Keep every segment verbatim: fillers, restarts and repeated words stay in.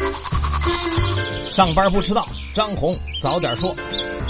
上班不迟到，张红早点说。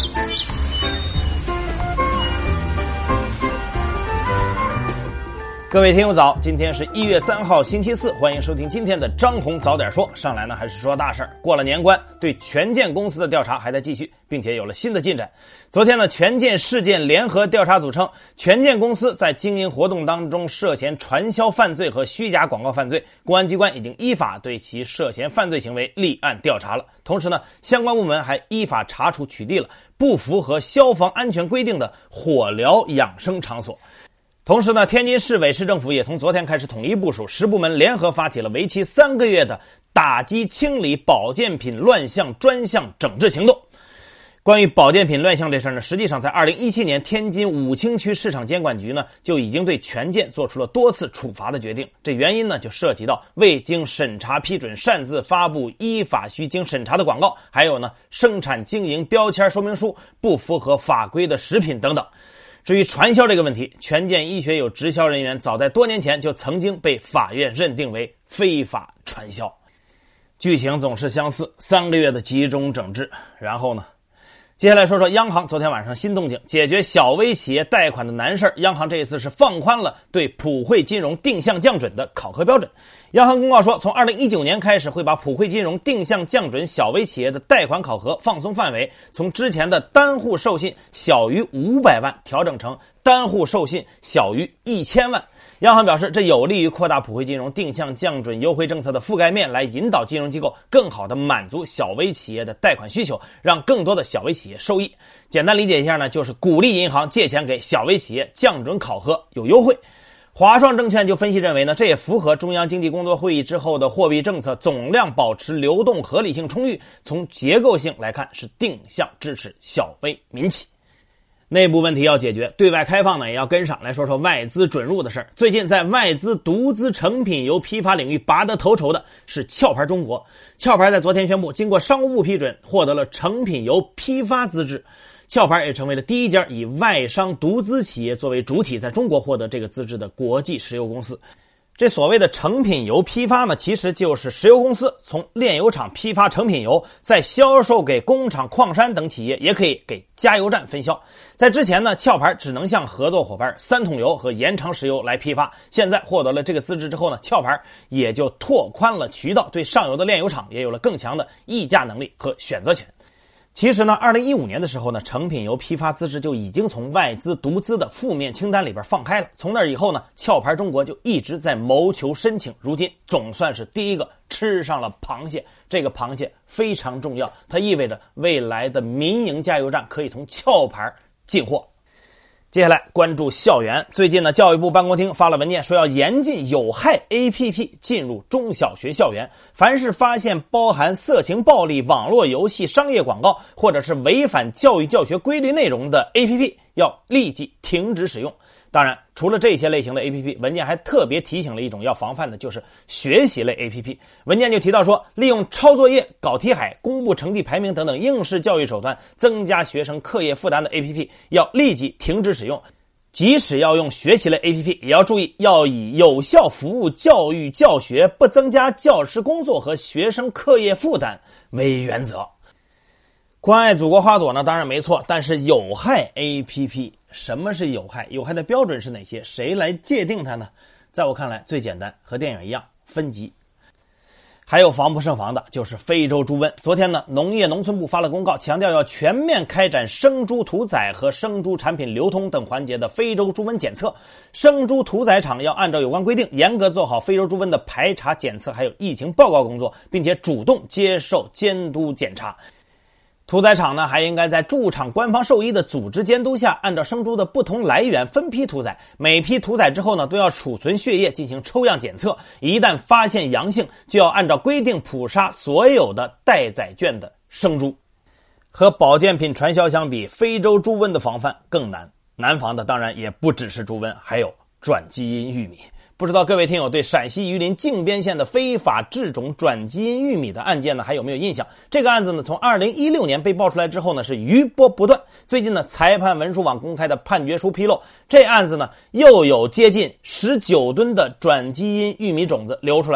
各位听友早，今天是一月三号星期四，欢迎收听今天的张红早点说。上来呢还是说大事儿，过了年关，对权健公司的调查还在继续，并且有了新的进展。昨天呢，权健事件联合调查组称，权健公司在经营活动当中涉嫌传销犯罪和虚假广告犯罪，公安机关已经依法对其涉嫌犯罪行为立案调查了。同时呢，相关部门还依法查处取缔了不符合消防安全规定的火疗养生场所。同时呢，天津市委市政府也从昨天开始统一部署，十部门联合发起了为期三个月的打击清理保健品乱象专项整治行动。关于保健品乱象这事呢，实际上在二零一七年天津武清区市场监管局呢就已经对权健做出了多次处罚的决定。这原因呢就涉及到未经审查批准擅自发布依法需经审查的广告，还有呢生产经营标签说明书不符合法规的食品等等。至于传销这个问题，权健医学有直销人员早在多年前就曾经被法院认定为非法传销。剧情总是相似，三个月的集中整治，然后呢？接下来说说央行昨天晚上新动静，解决小微企业贷款的难事，央行这一次是放宽了对普惠金融定向降准的考核标准。央行公告说，从二零一九年开始会把普惠金融定向降准小微企业的贷款考核放松范围，从之前的单户授信小于五百万调整成单户授信小于一千万。央行表示，这有利于扩大普惠金融定向降准优惠政策的覆盖面，来引导金融机构更好地满足小微企业的贷款需求，让更多的小微企业受益。简单理解一下呢，就是鼓励银行借钱给小微企业，降准考核有优惠。华创证券就分析认为呢，这也符合中央经济工作会议之后的货币政策总量保持流动合理性充裕，从结构性来看是定向支持小微民企。内部问题要解决，对外开放呢也要跟上。来说说外资准入的事儿。最近在外资独资成品油批发领域拔得头筹的是壳牌中国。壳牌在昨天宣布，经过商务部批准，获得了成品油批发资质。壳牌也成为了第一家以外商独资企业作为主体在中国获得这个资质的国际石油公司。这所谓的成品油批发呢，其实就是石油公司从炼油厂批发成品油，再销售给工厂、矿山等企业，也可以给加油站分销。在之前呢，壳牌只能向合作伙伴三桶油和延长石油来批发，现在获得了这个资质之后呢，壳牌也就拓宽了渠道，对上游的炼油厂也有了更强的议价能力和选择权。其实呢，二零一五年的时候呢，成品油批发资质就已经从外资独资的负面清单里边放开了。从那以后呢，壳牌中国就一直在谋求申请，如今总算是第一个吃上了螃蟹。这个螃蟹非常重要，它意味着未来的民营加油站可以从壳牌进货。接下来关注校园。最近呢，教育部办公厅发了文件，说要严禁有害 A P P 进入中小学校园，凡是发现包含色情暴力、网络游戏、商业广告或者是违反教育教学规律内容的 A P P 要立即停止使用。当然，除了这些类型的 A P P， 文件还特别提醒了一种要防范的，就是学习类 A P P。 文件就提到说，利用抄作业、搞题海、公布成绩排名等等应试教育手段增加学生课业负担的 A P P 要立即停止使用。即使要用学习类 A P P， 也要注意要以有效服务教育教学、不增加教师工作和学生课业负担为原则。关爱祖国花朵呢，当然没错，但是有害 A P P， 什么是有害？有害的标准是哪些？谁来界定它呢？在我看来最简单，和电影一样，分级。还有防不胜防的就是非洲猪瘟。昨天呢，农业农村部发了公告，强调要全面开展生猪屠宰和生猪产品流通等环节的非洲猪瘟检测。生猪屠宰场要按照有关规定，严格做好非洲猪瘟的排查检测还有疫情报告工作，并且主动接受监督检查。屠宰场呢，还应该在驻场官方兽医的组织监督下，按照生猪的不同来源分批屠宰。每批屠宰之后呢，都要储存血液进行抽样检测，一旦发现阳性，就要按照规定捕杀所有的待宰圈的生猪。和保健品传销相比，非洲猪瘟的防范更难。难防的当然也不只是猪瘟，还有转基因玉米。不知道各位听友对陕西榆林靖边县的非法制种转基因玉米的案件呢还有没有印象？这个案子呢从二零一六年被爆出来之后呢是余波不断。最近呢裁判文书网公开的判决书披露，这案子呢又有接近十九吨的转基因玉米种子流出来了。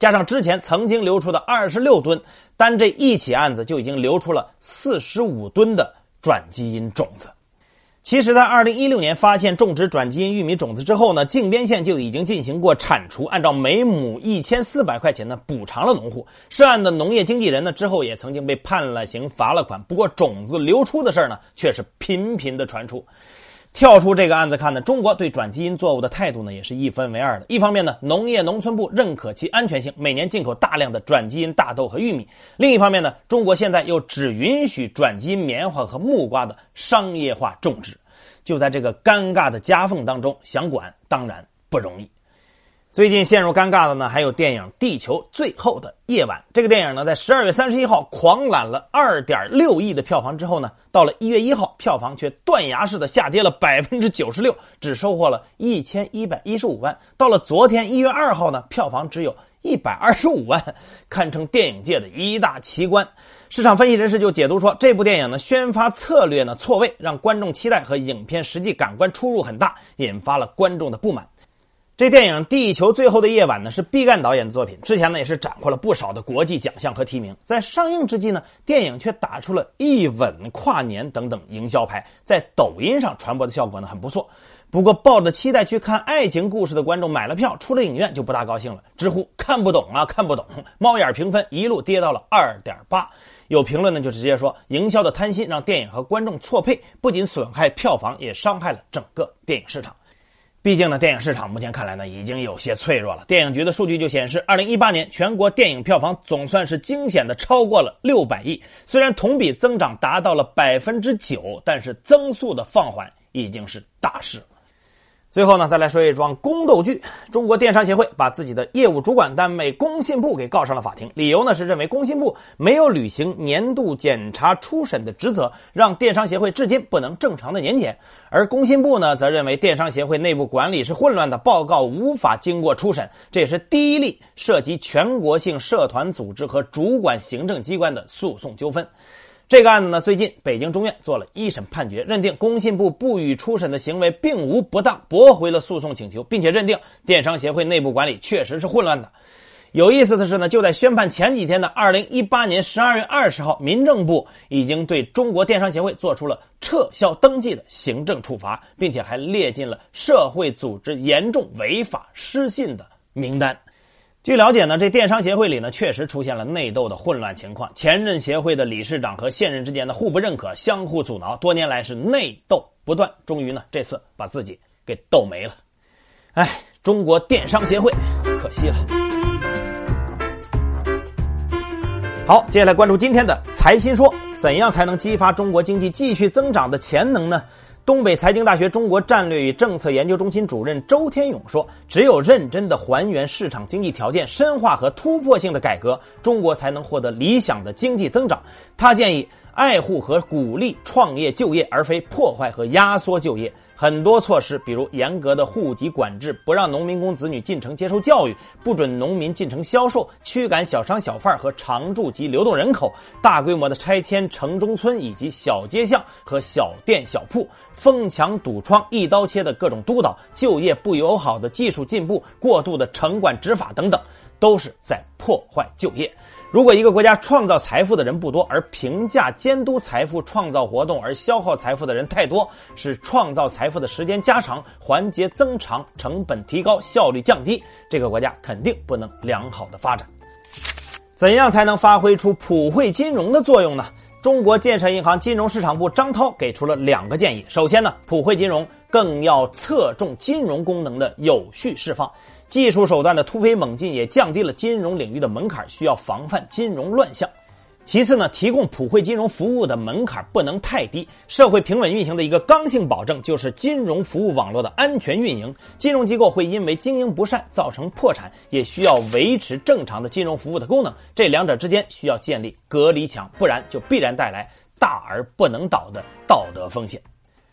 加上之前曾经流出的二十六吨，单这一起案子就已经流出了四十五吨的转基因种子。其实在二零一六年发现种植转基因玉米种子之后呢，靖边县就已经进行过铲除，按照每亩一千四百块钱呢补偿了农户。涉案的农业经纪人呢之后也曾经被判了刑罚了款，不过种子流出的事儿呢却是频频的传出。跳出这个案子看呢，中国对转基因作物的态度呢也是一分为二的。一方面呢，农业农村部认可其安全性，每年进口大量的转基因大豆和玉米；另一方面呢，中国现在又只允许转基因棉花和木瓜的商业化种植。就在这个尴尬的夹缝当中，想管当然不容易。最近陷入尴尬的呢，还有电影《地球最后的夜晚》。这个电影呢，在十二月三十一号狂揽了 二点六亿的票房之后呢，到了一月一号，票房却断崖式的下跌了 百分之九十六， 只收获了一千一百一十五万。到了昨天一月二号呢，票房只有一百二十五万，堪称电影界的一大奇观。市场分析人士就解读说，这部电影呢宣发策略呢错位，让观众期待和影片实际感官出入很大，引发了观众的不满。这电影《地球最后的夜晚》呢是毕赣导演的作品，之前呢也是斩获了不少的国际奖项和提名。在上映之际呢，电影却打出了一吻跨年等等营销牌，在抖音上传播的效果呢很不错。不过抱着期待去看爱情故事的观众买了票，出了影院就不大高兴了，直呼看不懂啊看不懂，猫眼评分一路跌到了 二点八。有评论呢就直接说，营销的贪心让电影和观众错配，不仅损害票房，也伤害了整个电影市场。毕竟呢，电影市场目前看来呢已经有些脆弱了。电影局的数据就显示，二零一八年全国电影票房总算是惊险的超过了六百亿，虽然同比增长达到了 百分之九， 但是增速的放缓已经是大势了。最后呢，再来说一桩宫斗剧。中国电商协会把自己的业务主管单位工信部给告上了法庭，理由呢是认为工信部没有履行年度检查初审的职责，让电商协会至今不能正常的年检。而工信部呢则认为电商协会内部管理是混乱的，报告无法经过初审，这也是第一例涉及全国性社团组织和主管行政机关的诉讼纠纷。这个案子呢，最近北京中院做了一审判决，认定工信部不予初审的行为并无不当，驳回了诉讼请求，并且认定电商协会内部管理确实是混乱的。有意思的是呢，就在宣判前几天的二零一八年十二月二十号，民政部已经对中国电商协会做出了撤销登记的行政处罚，并且还列进了社会组织严重违法失信的名单。据了解呢，这电商协会里呢确实出现了内斗的混乱情况，前任协会的理事长和现任之间呢互不认可，相互阻挠，多年来是内斗不断，终于呢这次把自己给斗没了。哎，中国电商协会可惜了。好，接下来关注今天的财新说，怎样才能激发中国经济继续增长的潜能呢？东北财经大学中国战略与政策研究中心主任周天勇说，只有认真的还原市场经济条件，深化和突破性的改革，中国才能获得理想的经济增长。他建议爱护和鼓励创业就业，而非破坏和压缩就业。很多措施，比如严格的户籍管制，不让农民工子女进城接受教育，不准农民进城销售，驱赶小商小贩和常住及流动人口，大规模的拆迁城中村以及小街巷和小店小铺，封墙堵窗，一刀切的各种督导，就业不友好的技术进步，过度的城管执法等等，都是在破坏就业。如果一个国家创造财富的人不多，而评价监督财富创造活动而消耗财富的人太多，使创造财富的时间加长，环节增长，成本提高，效率降低，这个国家肯定不能良好的发展。怎样才能发挥出普惠金融的作用呢？中国建设银行金融市场部张涛给出了两个建议。首先呢，普惠金融更要侧重金融功能的有序释放，技术手段的突飞猛进也降低了金融领域的门槛，需要防范金融乱象。其次呢，提供普惠金融服务的门槛不能太低，社会平稳运行的一个刚性保证就是金融服务网络的安全运营。金融机构会因为经营不善造成破产，也需要维持正常的金融服务的功能，这两者之间需要建立隔离墙，不然就必然带来大而不能倒的道德风险。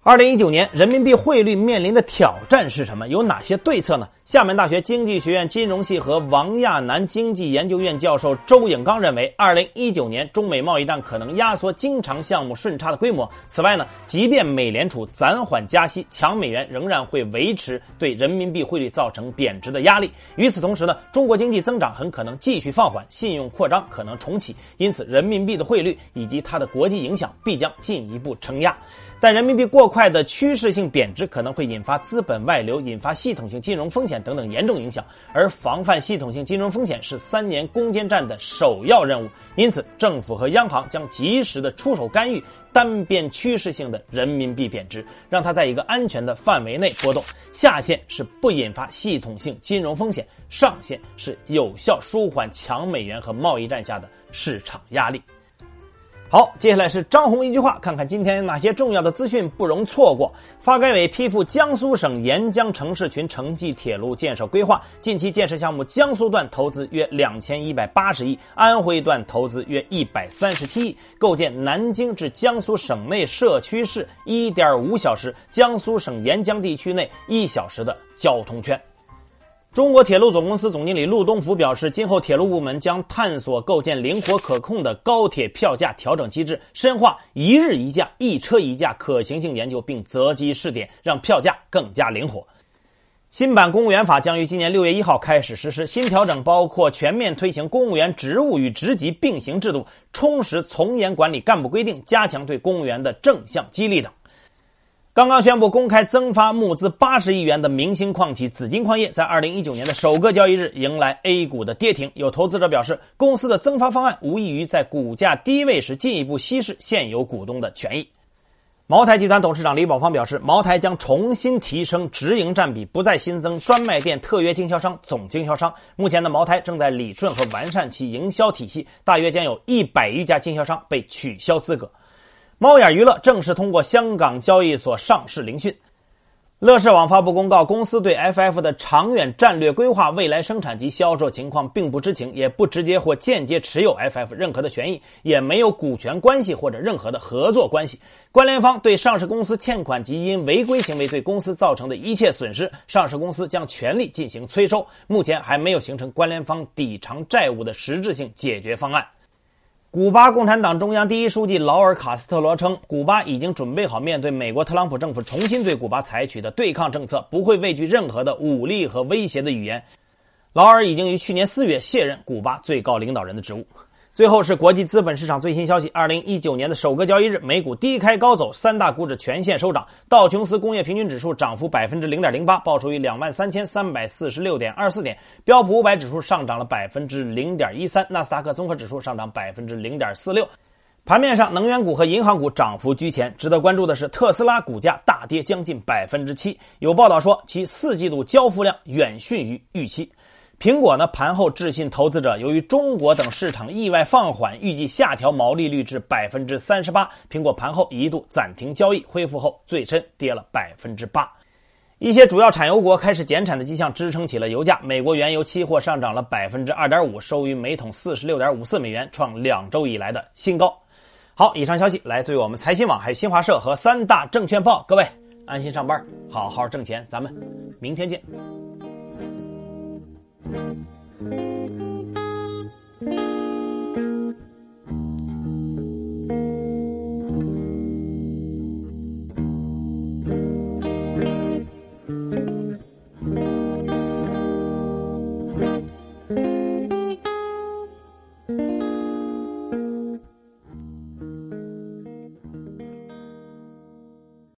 二零一九年人民币汇率面临的挑战是什么？有哪些对策呢？厦门大学经济学院金融系和王亚南经济研究院教授周颖刚认为，二零一九年中美贸易战可能压缩经常项目顺差的规模。此外呢，即便美联储暂缓加息，强美元仍然会维持对人民币汇率造成贬值的压力。与此同时呢，中国经济增长很可能继续放缓，信用扩张可能重启，因此人民币的汇率以及它的国际影响必将进一步承压。但人民币过快的趋势性贬值可能会引发资本外流，引发系统性金融风险等等严重影响，而防范系统性金融风险是三年攻坚战的首要任务。因此，政府和央行将及时的出手干预单边趋势性的人民币贬值，让它在一个安全的范围内波动。下限是不引发系统性金融风险，上限是有效舒缓强美元和贸易战下的市场压力。好，接下来是张红一句话，看看今天有哪些重要的资讯不容错过。发改委批复江苏省沿江城市群城际铁路建设规划，近期建设项目江苏段投资约两千一百八十亿，安徽段投资约一百三十七亿，构建南京至江苏省内社区市 一点五小时，江苏省沿江地区内一小时的交通圈。中国铁路总公司总经理陆东福表示，今后铁路部门将探索构建灵活可控的高铁票价调整机制，深化一日一价、一车一价可行性研究，并择机试点，让票价更加灵活。新版公务员法将于今年六月一号开始实施，新调整包括全面推行公务员职务与职级并行制度，充实从严管理干部规定，加强对公务员的正向激励等。刚刚宣布公开增发募资八十亿元的明星矿企紫金矿业，在二零一九年的首个交易日迎来 A 股的跌停。有投资者表示，公司的增发方案无异于在股价低位时进一步稀释现有股东的权益。茅台集团董事长李宝芳表示，茅台将重新提升直营占比，不再新增专卖店、特约经销商、总经销商。目前的茅台正在理顺和完善其营销体系，大约将有一百余家经销商被取消资格。猫眼娱乐正式通过香港交易所上市聆讯。乐视网发布公告，公司对 F F 的长远战略规划、未来生产及销售情况并不知情，也不直接或间接持有 F F 任何的权益，也没有股权关系或者任何的合作关系。关联方对上市公司欠款及因违规行为对公司造成的一切损失，上市公司将全力进行催收。目前还没有形成关联方抵偿债务的实质性解决方案。古巴共产党中央第一书记劳尔·卡斯特罗称，古巴已经准备好面对美国特朗普政府重新对古巴采取的对抗政策，不会畏惧任何的武力和威胁的语言。劳尔已经于去年四月卸任古巴最高领导人的职务。最后是国际资本市场最新消息，二零一九年的首个交易日，美股低开高走，三大股指全线收涨，道琼斯工业平均指数涨幅 百分之零点零八， 报收于 两万三千三百四十六点二四点，标普五百指数上涨了 百分之零点一三， 纳斯达克综合指数上涨 百分之零点四六。盘面上，能源股和银行股涨幅居前。值得关注的是，特斯拉股价大跌将近 百分之七， 有报道说其四季度交付量远逊于预期。苹果呢，盘后致信投资者，由于中国等市场意外放缓，预计下调毛利率至 百分之三十八。 苹果盘后一度暂停交易，恢复后最深跌了 百分之八。 一些主要产油国开始减产的迹象支撑起了油价，美国原油期货上涨了 百分之二点五， 收于每桶 四十六点五四美元，创两周以来的新高。好，以上消息来自于我们财新网，还有新华社和三大证券报。各位安心上班，好好挣钱，咱们明天见。